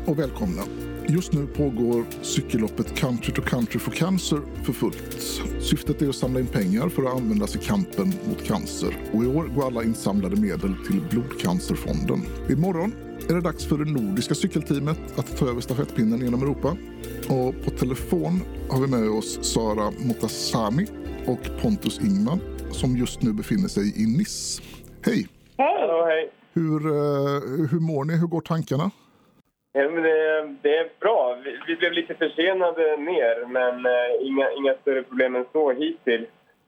och välkomna. Just nu pågår cykelloppet Country to Country for Cancer för fullt. Syftet är att samla in pengar för att användas i kampen mot cancer. Och i år går alla insamlade medel till Blodcancerfonden. Imorgon är det dags för det nordiska cykelteamet att ta över stafettpinnen genom Europa. Och på telefon har vi med oss Sara Motasami och Pontus Ingman som just nu befinner sig i Nice. Hej! Hej! Hallå, hej! Hur mår ni? Hur går tankarna? Ja, men det är bra. Vi blev lite försenade ner, men inga större problem än så hittills.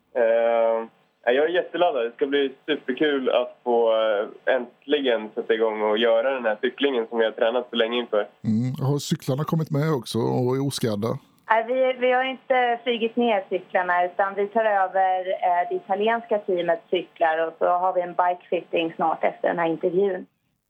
Jag är jätteladdad. Det ska bli superkul att få äntligen sätta igång och göra den här cyklingen som vi har tränat så länge inför. Har cyklarna kommit med också och är oskadda? Vi har inte flygit ner cyklarna utan vi tar över det italienska teamets cyklar och så har vi en bikefitting snart efter den här intervjun.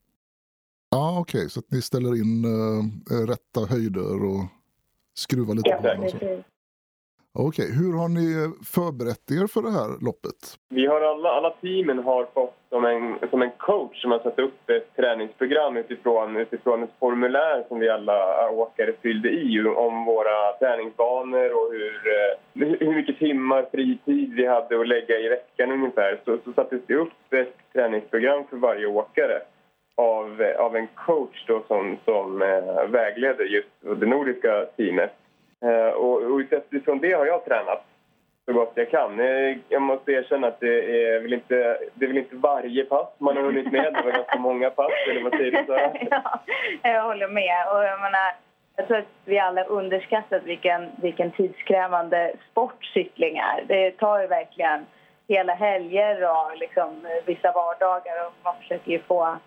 Ja, okej. Så att ni ställer in rätta höjder och skruvar lite på dem och så. Okej, hur har ni förberett er för det här loppet? Vi har alla teamen har fått som en coach som har satt upp ett träningsprogram utifrån ett formulär som vi alla åkare fyllde i om våra träningsbanor och hur mycket timmar fritid vi hade att lägga i veckan ungefär. Så sattes det upp ett träningsprogram för varje åkare av en coach då som vägleder just det nordiska teamet. Och utifrån det har jag tränat så gott jag kan. Jag måste erkänna att det är väl inte varje pass man har hunnit med. Det var ganska många pass, eller vad säger du så? Ja, jag håller med. Och jag tror att vi alla underskattat vilken tidskrävande sportcykling är. Det tar ju verkligen hela helger och liksom vissa vardagar och man försöker ju få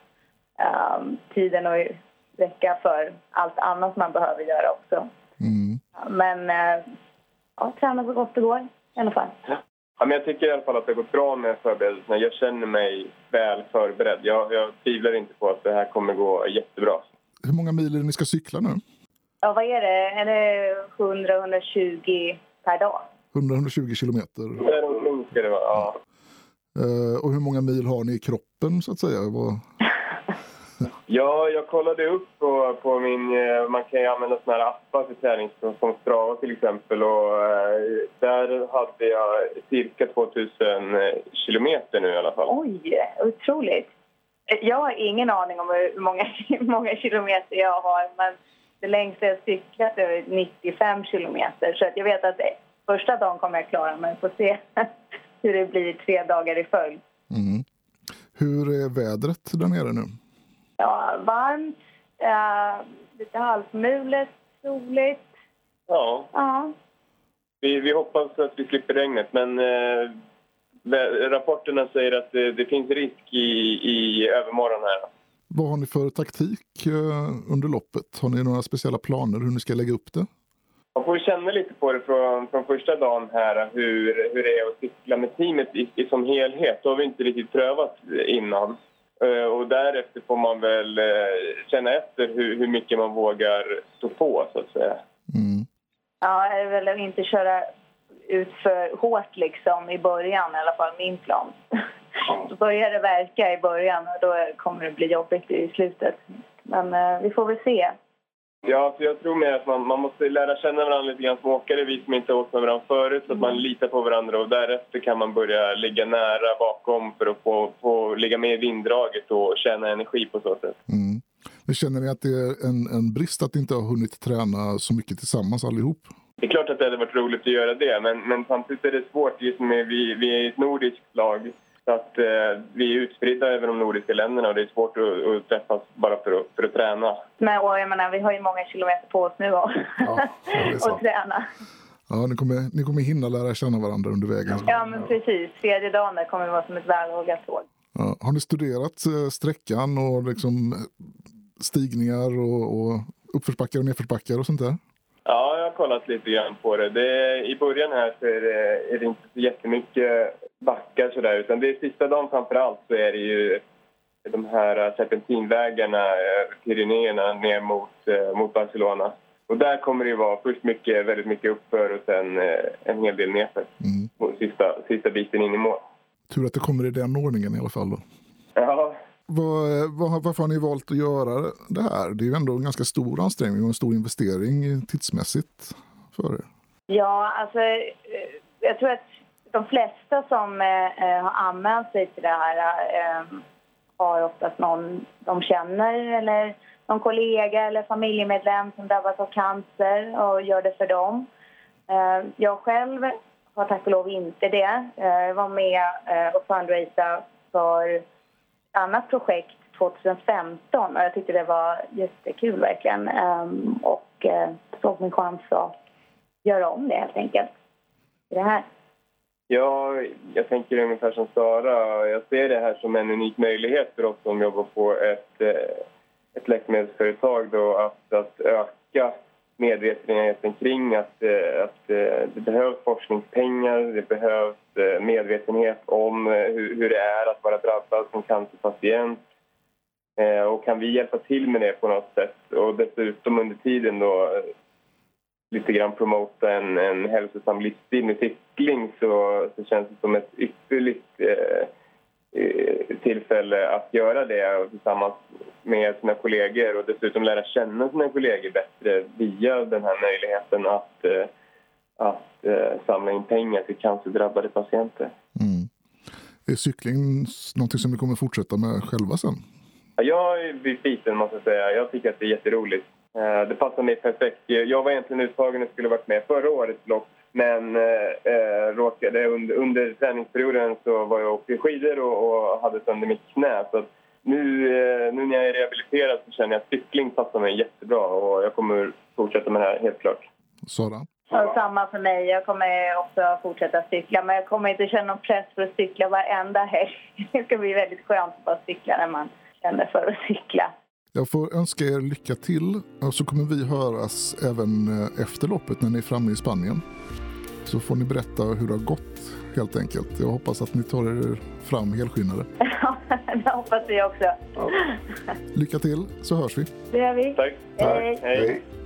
tiden att räcka för allt annat man behöver göra också. Men träna så gott det går i alla fall. Ja, men jag tycker i alla fall att det går bra med förberedelserna. Jag känner mig väl förberedd. Jag tvivlar inte på att det här kommer gå jättebra. Hur många mil är det ni ska cykla nu? Ja, vad är det? Är det 100-120 per dag? 100-120 kilometer. Det ska det vara, ja. Och hur många mil har ni i kroppen så att säga? Ja, jag kollade upp på min... Man kan ju använda såna här appar för träning som Strava till exempel. Och där hade jag cirka 2000 kilometer nu i alla fall. Oj, otroligt. Jag har ingen aning om hur många kilometer jag har. Men det längsta jag cyklat är 95 kilometer. Så att jag vet att första dagen kommer jag klara mig. Får se hur det blir 3 dagar i följd. Hur är vädret där nere nu? Ja, varmt, lite halvmulet, soligt. Ja. Vi hoppas att vi slipper regnet, men rapporterna säger att det finns risk i övermorgon här. Vad har ni för taktik under loppet? Har ni några speciella planer hur ni ska lägga upp det? Man får känna lite på det från första dagen här hur det är att cykla med teamet som helhet. Det har vi inte riktigt prövat innan. Och därefter får man väl känna efter hur mycket man vågar stå på, så att säga. Ja, jag vill väl inte köra ut för hårt liksom i början, i alla fall min plan. Så börjar det verka i början och då kommer det bli jobbigt i slutet. Men vi får väl se. Ja, för jag tror med att man måste lära känna varandra lite grann som åkare, vi som inte åkt med varandra förut, så att man litar på varandra och därefter kan man börja ligga nära bakom för att få ligga med i vinddraget och känna energi på så sätt. Men känner ni att det är en brist att inte ha hunnit träna så mycket tillsammans allihop? Det är klart att det hade varit roligt att göra det, men samtidigt är det svårt just med vi är ett nordiskt lag. Så att vi är utspridda över de nordiska länderna och det är svårt att träffas bara för att träna. Men jag menar, vi har ju många kilometer på oss nu och träna. Ja, ni kommer hinna lära känna varandra under vägen. Ja, men precis. 3:e dagen kommer det vara som ett välvågat tåg. Ja, har ni studerat sträckan och liksom stigningar och uppförsbackar och nedförsbackar och sånt där? Ja, jag har kollat lite grann på det. I början här så är det inte så jättemycket backar sådär, utan det är sista dagen framförallt så är det ju de här serpentinvägarna, Pyrenéerna ner mot Barcelona. Och där kommer det ju vara först väldigt mycket uppför och sen en hel del nedför. Och sista biten in i mål. Tur att det kommer i den ordningen i alla fall då. Ja, Varför har ni valt att göra det här? Det är ju ändå en ganska stor ansträngning och en stor investering tidsmässigt för er. Ja, alltså jag tror att de flesta som har anmält sig till det här har oftast någon de känner eller någon kollega eller familjemedlem som drabbas av cancer och gör det för dem. Jag själv har tack och lov inte det. Jag var med och fundraisade för ett annat projekt 2015 och jag tyckte det var jättekul verkligen. Och såg min chans att göra om det helt enkelt. Det här. Ja, jag tänker ungefär som Sara. Jag ser det här som en unik möjlighet för oss som jobbar på ett läkemedelsföretag då, att öka medvetenheten kring att det behövs forskningspengar, det behövs medvetenhet om hur det är att vara drabbad som cancerpatient. Och kan vi hjälpa till med det på något sätt och dessutom under tiden då lite grann promota en hälsosam livsstil med cykling så känns det som ett ytterligt tillfälle att göra det tillsammans med sina kollegor och dessutom lära känna sina kollegor bättre via den här möjligheten att samla in pengar till cancerdrabbade patienter. Är cykling någonting som ni kommer fortsätta med själva sen? Ja, jag är besviken måste jag säga. Jag tycker att det är jätteroligt. Det passar mig perfekt. Jag var egentligen uttagen och skulle varit med förra årets lopp. Men råkade under träningsperioden så var jag åkte skidor och hade sönder mitt knä. Så att nu när jag är rehabiliterad så känner jag att cykling passar mig jättebra. Och jag kommer fortsätta med det här helt klart. Sara? Ja, samma för mig. Jag kommer också fortsätta cykla. Men jag kommer inte känna någon press för att cykla varenda helg. Det ska bli väldigt skönt att bara cykla när man känner för att cykla. Jag får önska er lycka till och så kommer vi höras även efter loppet när ni är framme i Spanien. Så får ni berätta hur det har gått helt enkelt. Jag hoppas att ni tar er fram helskinnade. Ja, det hoppas vi också. Ja. Lycka till så hörs vi. Det gör vi. Tack. Hej. Hej.